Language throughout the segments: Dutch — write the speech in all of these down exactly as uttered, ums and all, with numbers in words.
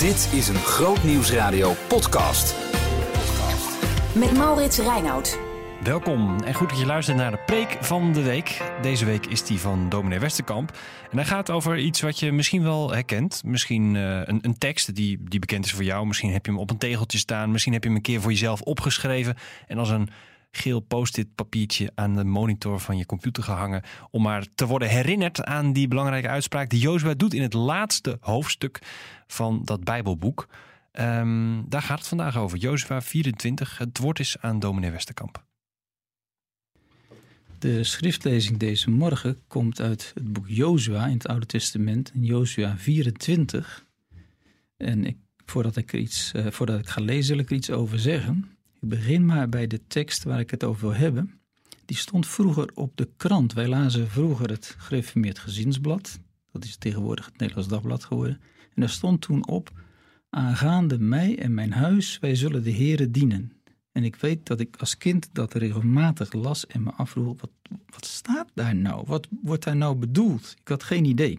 Dit is een Grootnieuwsradio podcast. Met Maurits Reinoud. Welkom en goed dat je luistert naar de preek van de week. Deze week is die van dominee Westerkamp. En hij gaat over iets wat je misschien wel herkent. Misschien uh, een, een tekst die, die bekend is voor jou. Misschien heb je hem op een tegeltje staan. Misschien heb je hem een keer voor jezelf opgeschreven. En als een geel post-it papiertje aan de monitor van je computer gehangen. Om maar te worden herinnerd aan die belangrijke uitspraak die Jozua doet in het laatste hoofdstuk van dat Bijbelboek. Um, daar gaat het vandaag over. Jozua vierentwintig. Het woord is aan dominee Westerkamp. De schriftlezing deze morgen komt uit het boek Jozua in het Oude Testament, in Jozua vierentwintig. En ik, voordat, ik er iets, uh, voordat ik ga lezen, wil ik er iets over zeggen. Ik begin maar bij de tekst waar ik het over wil hebben. Die stond vroeger op de krant. Wij lazen vroeger het Gereformeerd Gezinsblad. Dat is tegenwoordig het Nederlands Dagblad geworden. En daar stond toen op: aangaande mij en mijn huis, wij zullen de Heere dienen. En ik weet dat ik als kind dat regelmatig las en me afvroeg, wat, wat staat daar nou? Wat wordt daar nou bedoeld? Ik had geen idee.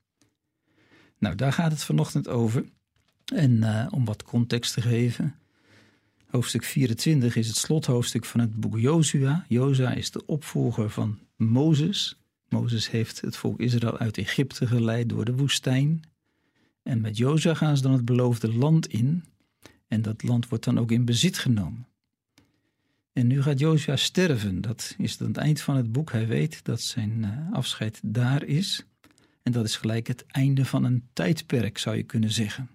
Nou, daar gaat het vanochtend over. En uh, om wat context te geven, hoofdstuk vierentwintig is het slothoofdstuk van het boek Jozua. Jozua is de opvolger van Mozes. Mozes heeft het volk Israël uit Egypte geleid door de woestijn. En met Jozua gaan ze dan het beloofde land in. En dat land wordt dan ook in bezit genomen. En nu gaat Jozua sterven. Dat is dan het eind van het boek. Hij weet dat zijn uh, afscheid daar is. En dat is gelijk het einde van een tijdperk, zou je kunnen zeggen.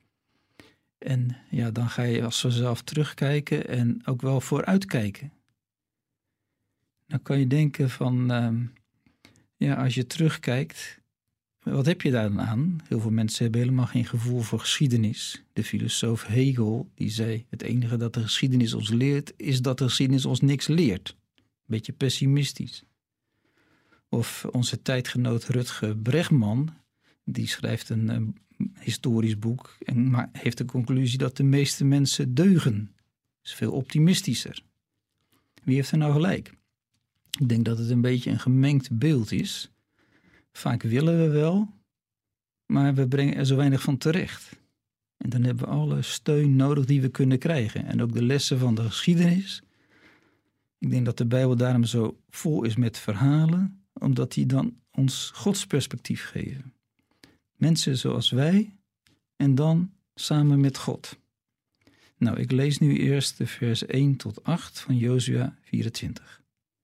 En ja, dan ga je als vanzelf terugkijken en ook wel vooruitkijken. Dan kan je denken van, uh, ja, als je terugkijkt, wat heb je daar dan aan? Heel veel mensen hebben helemaal geen gevoel voor geschiedenis. De filosoof Hegel, die zei, het enige dat de geschiedenis ons leert, is dat de geschiedenis ons niks leert. Beetje pessimistisch. Of onze tijdgenoot Rutger Bregman, die schrijft een, een historisch boek en maar heeft de conclusie dat de meeste mensen deugen. Dat is veel optimistischer. Wie heeft er nou gelijk? Ik denk dat het een beetje een gemengd beeld is. Vaak willen we wel, maar we brengen er zo weinig van terecht. En dan hebben we alle steun nodig die we kunnen krijgen. En ook de lessen van de geschiedenis. Ik denk dat de Bijbel daarom zo vol is met verhalen, omdat die dan ons godsperspectief geven. Mensen zoals wij en dan samen met God. Nou, ik lees nu eerst de vers één tot acht van Jozua vierentwintig.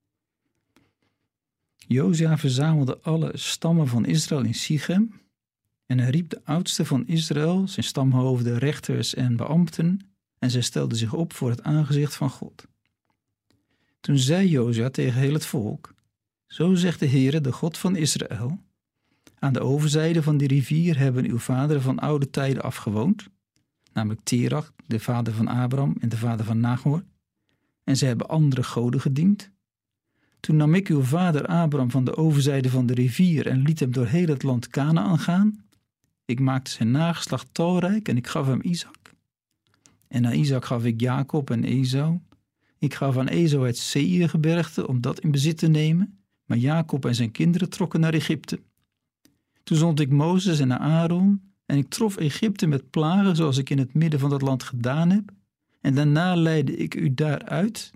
Jozua verzamelde alle stammen van Israël in Sichem en hij riep de oudsten van Israël, zijn stamhoofden, rechters en beambten, en zij stelden zich op voor het aangezicht van God. Toen zei Jozua tegen heel het volk: zo zegt de Heere, de God van Israël: aan de overzijde van die rivier hebben uw vaderen van oude tijden afgewoond, namelijk Terach, de vader van Abraham en de vader van Nahor, en zij hebben andere goden gediend. Toen nam ik uw vader Abraham van de overzijde van de rivier en liet hem door heel het land Kanaan gaan. Ik maakte zijn nageslacht talrijk en ik gaf hem Isaac. En aan Isaac gaf ik Jacob en Esau. Ik gaf aan Esau het Seirgebergte om dat in bezit te nemen, maar Jacob en zijn kinderen trokken naar Egypte. Toen zond ik Mozes en Aaron en ik trof Egypte met plagen zoals ik in het midden van dat land gedaan heb. En daarna leidde ik u daaruit.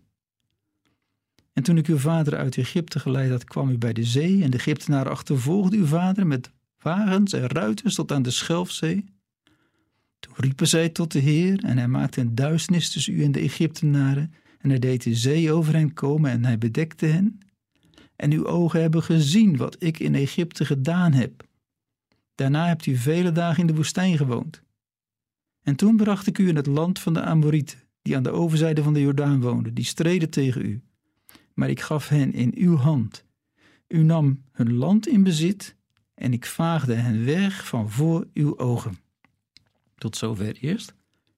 En toen ik uw vader uit Egypte geleid had, kwam u bij de zee en de Egyptenaren achtervolgden uw vader met wagens en ruiters tot aan de Schelfzee. Toen riepen zij tot de Heer en hij maakte een duisternis tussen u en de Egyptenaren en hij deed de zee over hen komen en hij bedekte hen. En uw ogen hebben gezien wat ik in Egypte gedaan heb. Daarna hebt u vele dagen in de woestijn gewoond. En toen bracht ik u in het land van de Amorieten, die aan de overzijde van de Jordaan woonden, die streden tegen u. Maar ik gaf hen in uw hand. U nam hun land in bezit en ik vaagde hen weg van voor uw ogen. Tot zover eerst.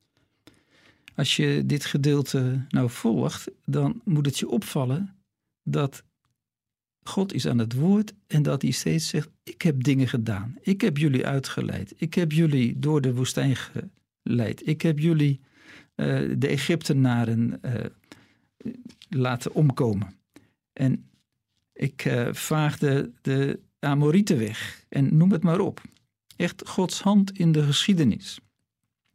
Als je dit gedeelte nou volgt, dan moet het je opvallen dat God is aan het woord en dat hij steeds zegt: ik heb dingen gedaan. Ik heb jullie uitgeleid. Ik heb jullie door de woestijn geleid. Ik heb jullie uh, de Egyptenaren uh, laten omkomen. En ik uh, vaagde de Amorieten weg. En noem het maar op. Echt Gods hand in de geschiedenis.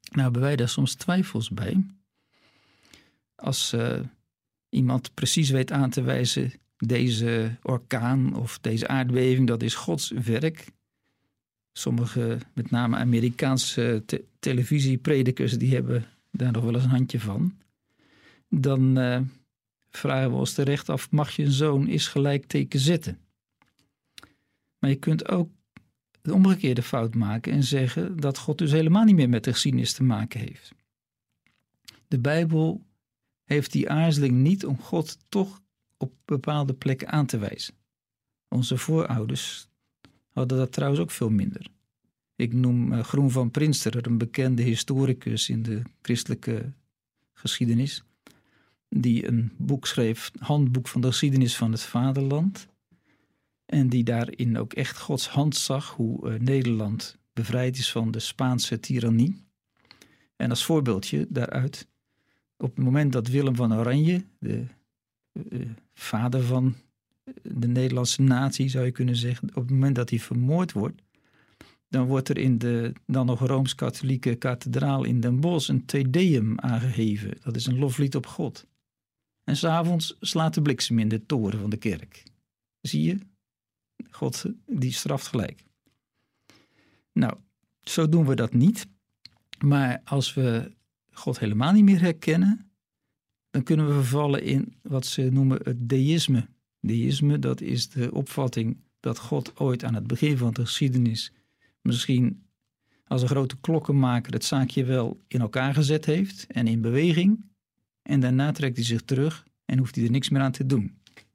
Nou hebben wij daar soms twijfels bij. Als uh, iemand precies weet aan te wijzen, deze orkaan of deze aardbeving, dat is Gods werk. Sommige, met name Amerikaanse te- televisiepredikers, die hebben daar nog wel eens een handje van. Dan uh, vragen we ons terecht af, mag je een zoon is gelijkteken zetten? Maar je kunt ook de omgekeerde fout maken en zeggen dat God dus helemaal niet meer met de geschiedenis te maken heeft. De Bijbel heeft die aarzeling niet om God toch op bepaalde plekken aan te wijzen. Onze voorouders hadden dat trouwens ook veel minder. Ik noem uh, Groen van Prinsterer, een bekende historicus in de christelijke geschiedenis, die een boek schreef, Handboek van de geschiedenis van het vaderland, en die daarin ook echt Gods hand zag hoe uh, Nederland bevrijd is van de Spaanse tirannie. En als voorbeeldje daaruit, op het moment dat Willem van Oranje, de uh, vader van de Nederlandse natie zou je kunnen zeggen, op het moment dat hij vermoord wordt, dan wordt er in de dan nog Rooms-Katholieke kathedraal in Den Bosch een Te Deum aangeheven. Dat is een loflied op God. En 's avonds slaat de bliksem in de toren van de kerk. Zie je? God die straft gelijk. Nou, zo doen we dat niet. Maar als we God helemaal niet meer herkennen, dan kunnen we vervallen in wat ze noemen het deïsme. Deïsme, dat is de opvatting dat God ooit aan het begin van de geschiedenis misschien als een grote klokkenmaker het zaakje wel in elkaar gezet heeft en in beweging. En daarna trekt hij zich terug en hoeft hij er niks meer aan te doen.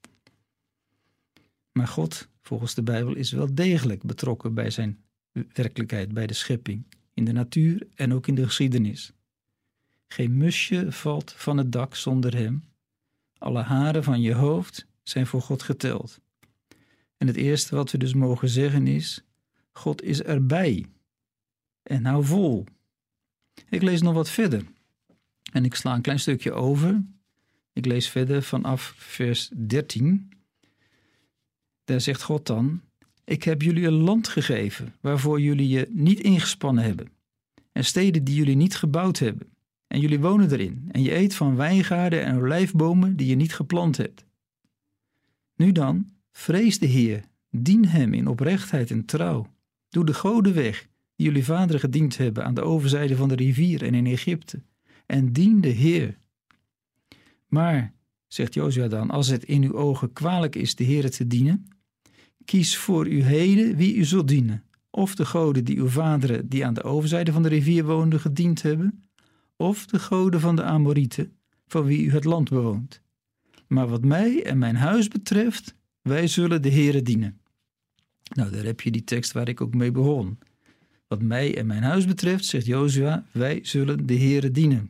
Maar God, volgens de Bijbel, is wel degelijk betrokken bij zijn werkelijkheid, bij de schepping, in de natuur en ook in de geschiedenis. Geen musje valt van het dak zonder hem. Alle haren van je hoofd zijn voor God geteld. En het eerste wat we dus mogen zeggen is, God is erbij. En hou vol. Ik lees nog wat verder. En ik sla een klein stukje over. Ik lees verder vanaf vers dertien. Daar zegt God dan, ik heb jullie een land gegeven waarvoor jullie je niet ingespannen hebben. En steden die jullie niet gebouwd hebben. En jullie wonen erin. En je eet van wijngaarden en olijfbomen die je niet geplant hebt. Nu dan, vrees de Heer, dien hem in oprechtheid en trouw. Doe de goden weg die jullie vaderen gediend hebben aan de overzijde van de rivier en in Egypte. En dien de Heer. Maar, zegt Jozua dan, als het in uw ogen kwalijk is de Heere te dienen, kies voor u heden wie u zult dienen. Of de goden die uw vaderen die aan de overzijde van de rivier woonden gediend hebben, of de goden van de Amorieten, van wie u het land bewoont. Maar wat mij en mijn huis betreft, wij zullen de Heere dienen. Nou, daar heb je die tekst waar ik ook mee begon. Wat mij en mijn huis betreft, zegt Jozua, wij zullen de Heere dienen.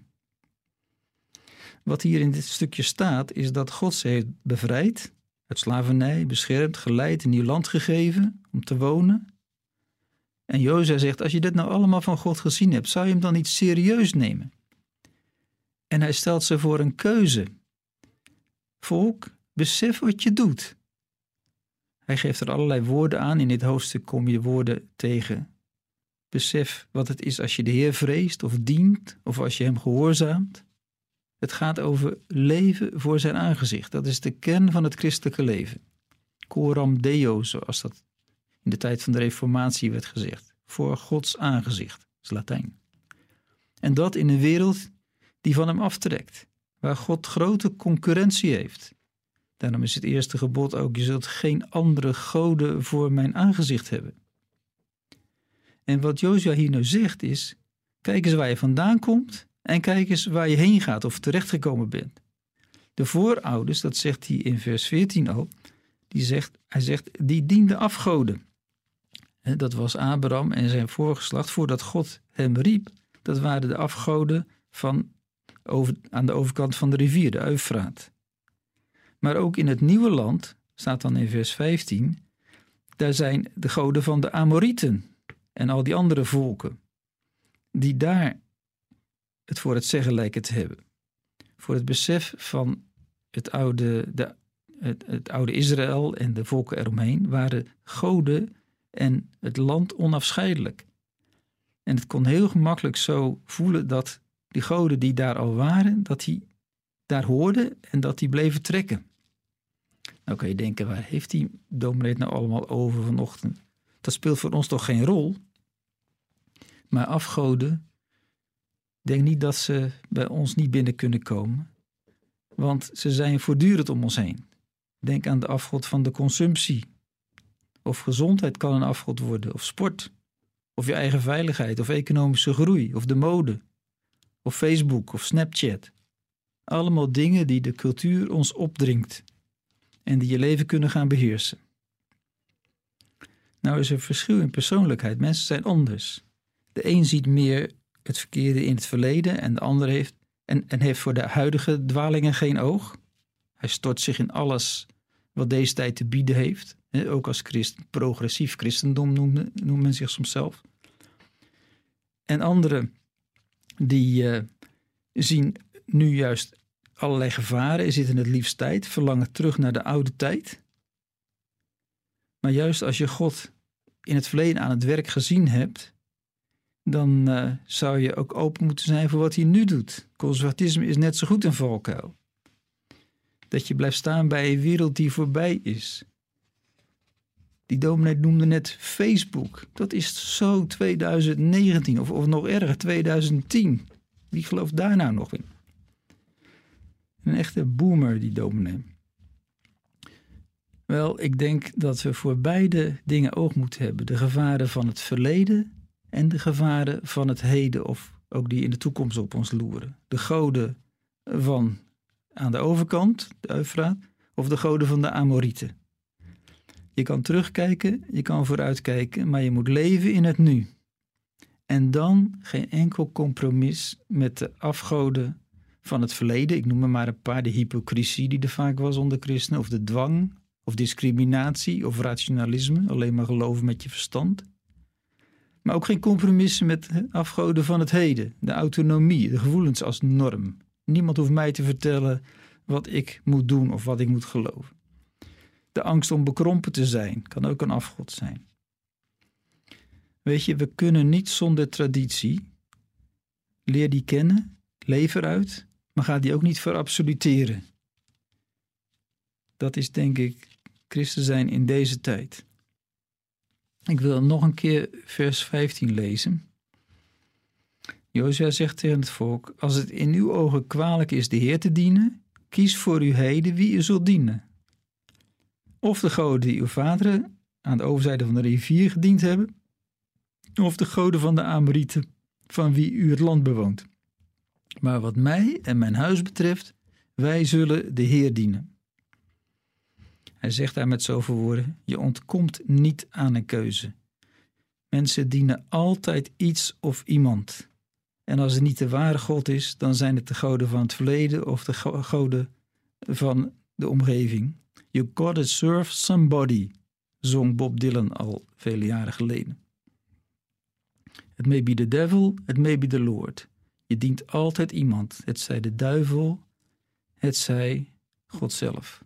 Wat hier in dit stukje staat, is dat God ze heeft bevrijd, uit slavernij, beschermd, geleid, een nieuw land gegeven om te wonen. En Jozua zegt, als je dit nou allemaal van God gezien hebt, zou je hem dan niet serieus nemen? En hij stelt ze voor een keuze. Volk, besef wat je doet. Hij geeft er allerlei woorden aan. In dit hoofdstuk kom je woorden tegen. Besef wat het is als je de Heer vreest of dient of als je hem gehoorzaamt. Het gaat over leven voor zijn aangezicht. Dat is de kern van het christelijke leven. Coram Deo, zoals dat in de tijd van de Reformatie werd gezegd. Voor Gods aangezicht, dat is Latijn. En dat in een wereld die van hem aftrekt. Waar God grote concurrentie heeft. Daarom is het eerste gebod ook, je zult geen andere goden voor mijn aangezicht hebben. En wat Jozua hier nou zegt is, kijk eens waar je vandaan komt en kijk eens waar je heen gaat of terechtgekomen bent. De voorouders, dat zegt hij in vers veertien al, die zegt, hij zegt, die dienden afgoden. Dat was Abraham en zijn voorgeslacht voordat God hem riep. Dat waren de afgoden van over, aan de overkant van de rivier, de Eufraat. Maar ook in het nieuwe land, staat dan in vers vijftien, daar zijn de goden van de Amorieten en al die andere volken, die daar het voor het zeggen lijken te hebben. Voor het besef van het oude, de, het, het oude Israël en de volken eromheen waren goden en het land onafscheidelijk. En het kon heel gemakkelijk zo voelen dat die goden die daar al waren, dat die daar hoorden en dat die bleven trekken. Nou kan je denken, waar heeft die dominee het nou allemaal over vanochtend? Dat speelt voor ons toch geen rol? Maar afgoden, denk niet dat ze bij ons niet binnen kunnen komen. Want ze zijn voortdurend om ons heen. Denk aan de afgod van de consumptie. Of gezondheid kan een afgod worden, of sport. Of je eigen veiligheid, of economische groei, of de mode. Of Facebook, of Snapchat. Allemaal dingen die de cultuur ons opdringt. En die je leven kunnen gaan beheersen. Nou is er verschil in persoonlijkheid. Mensen zijn anders. De een ziet meer het verkeerde in het verleden en de ander heeft, en, en heeft voor de huidige dwalingen geen oog. Hij stort zich in alles wat deze tijd te bieden heeft. He, ook als christen, progressief christendom noemt, noemt men zich soms zelf. En anderen die uh, zien nu juist allerlei gevaren, zitten het liefst tijd, verlangen terug naar de oude tijd. Maar juist als je God in het verleden aan het werk gezien hebt, dan uh, zou je ook open moeten zijn voor wat hij nu doet. Conservatisme is net zo goed een valkuil. Dat je blijft staan bij een wereld die voorbij is. Die dominee noemde net Facebook. Dat is zo twintig negentien of, of nog erger, twintig tien. Wie gelooft daar nou nog in? Een echte boomer, die dominee. Wel, ik denk dat we voor beide dingen oog moeten hebben. De gevaren van het verleden en de gevaren van het heden, of ook die in de toekomst op ons loeren. De goden van aan de overkant, de Eufraat, of de goden van de Amorieten. Je kan terugkijken, je kan vooruitkijken, maar je moet leven in het nu. En dan geen enkel compromis met de afgoden van het verleden. Ik noem er maar een paar, de hypocrisie die er vaak was onder christenen, of de dwang, of discriminatie, of rationalisme, alleen maar geloven met je verstand. Maar ook geen compromissen met afgoden van het heden, de autonomie, de gevoelens als norm. Niemand hoeft mij te vertellen wat ik moet doen of wat ik moet geloven. De angst om bekrompen te zijn kan ook een afgod zijn. Weet je, we kunnen niet zonder traditie. Leer die kennen, leef eruit, maar ga die ook niet verabsoluteren. Dat is denk ik christen zijn in deze tijd. Ik wil nog een keer vers vijftien lezen. Jozua zegt tegen het volk: als het in uw ogen kwalijk is de Heer te dienen, kies voor uw heden wie u zult dienen. Of de goden die uw vaderen aan de overzijde van de rivier gediend hebben, of de goden van de Amorieten van wie u het land bewoont. Maar wat mij en mijn huis betreft, wij zullen de Heer dienen. Hij zegt daar met zoveel woorden: je ontkomt niet aan een keuze. Mensen dienen altijd iets of iemand. En als het niet de ware God is, dan zijn het de goden van het verleden of de goden van de omgeving. You gotta serve somebody, zong Bob Dylan al vele jaren geleden. Het may be the devil, it may be the Lord. Je dient altijd iemand. Het zij de duivel, het zij God zelf.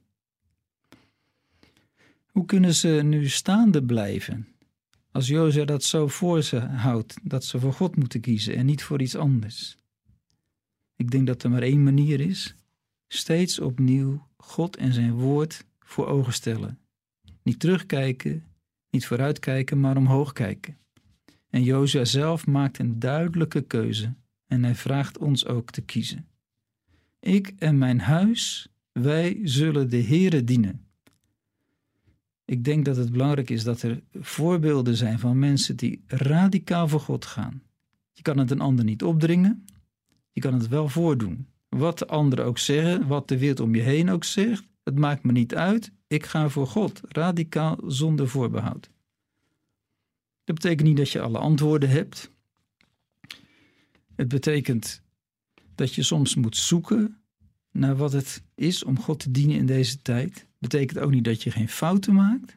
Hoe kunnen ze nu staande blijven? Als Jozua dat zo voor ze houdt, dat ze voor God moeten kiezen en niet voor iets anders. Ik denk dat er maar één manier is. Steeds opnieuw God en zijn woord voor ogen stellen. Niet terugkijken, niet vooruitkijken, maar omhoog kijken. En Jozua zelf maakt een duidelijke keuze en hij vraagt ons ook te kiezen. Ik en mijn huis, wij zullen de Heere dienen. Ik denk dat het belangrijk is dat er voorbeelden zijn van mensen die radicaal voor God gaan. Je kan het een ander niet opdringen, je kan het wel voordoen. Wat de anderen ook zeggen, wat de wereld om je heen ook zegt, het maakt me niet uit. Ik ga voor God, radicaal zonder voorbehoud. Dat betekent niet dat je alle antwoorden hebt. Het betekent dat je soms moet zoeken naar wat het is om God te dienen in deze tijd. Betekent ook niet dat je geen fouten maakt.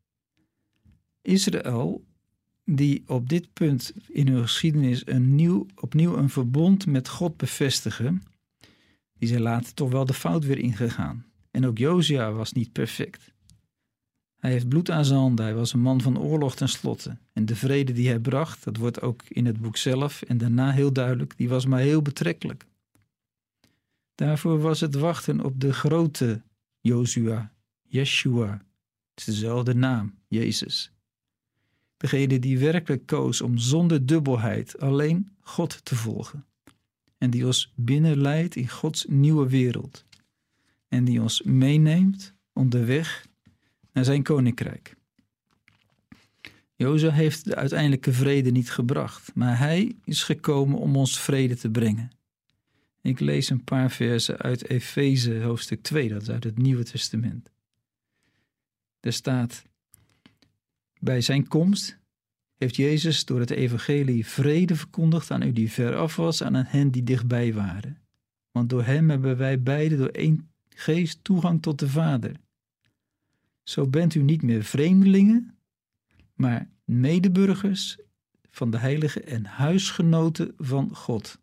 Israël, die op dit punt in hun geschiedenis een nieuw, opnieuw een verbond met God bevestigen, die zijn later toch wel de fout weer ingegaan. En ook Jozua was niet perfect. Hij heeft bloed aan zijn handen. Hij was een man van oorlog ten slotte. En de vrede die hij bracht, dat wordt ook in het boek zelf en daarna heel duidelijk, die was maar heel betrekkelijk. Daarvoor was het wachten op de grote Jozua, Yeshua. Het is dezelfde naam, Jezus. Degene die werkelijk koos om zonder dubbelheid alleen God te volgen. En die ons binnenleidt in Gods nieuwe wereld. En die ons meeneemt onderweg naar zijn koninkrijk. Jozua heeft de uiteindelijke vrede niet gebracht, maar hij is gekomen om ons vrede te brengen. Ik lees een paar versen uit Efeze hoofdstuk twee, dat is uit het Nieuwe Testament. Er staat: bij zijn komst heeft Jezus door het evangelie vrede verkondigd aan u die veraf was, aan hen die dichtbij waren. Want door hem hebben wij beiden door één geest toegang tot de Vader. Zo bent u niet meer vreemdelingen, maar medeburgers van de heiligen en huisgenoten van God.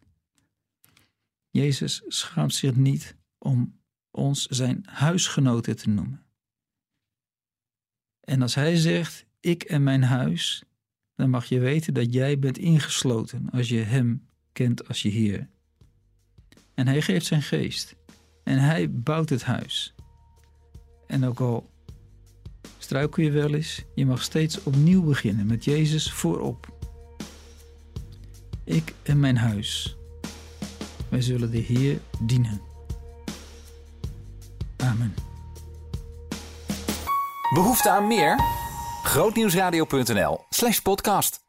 Jezus schaamt zich niet om ons zijn huisgenoten te noemen. En als hij zegt, ik en mijn huis, dan mag je weten dat jij bent ingesloten als je hem kent als je Heer. En hij geeft zijn geest. En hij bouwt het huis. En ook al struikel je wel eens, je mag steeds opnieuw beginnen met Jezus voorop. Ik en mijn huis, wij zullen de Heer dienen. Amen. Behoefte aan meer? grootnieuwsradio punt n l slash podcast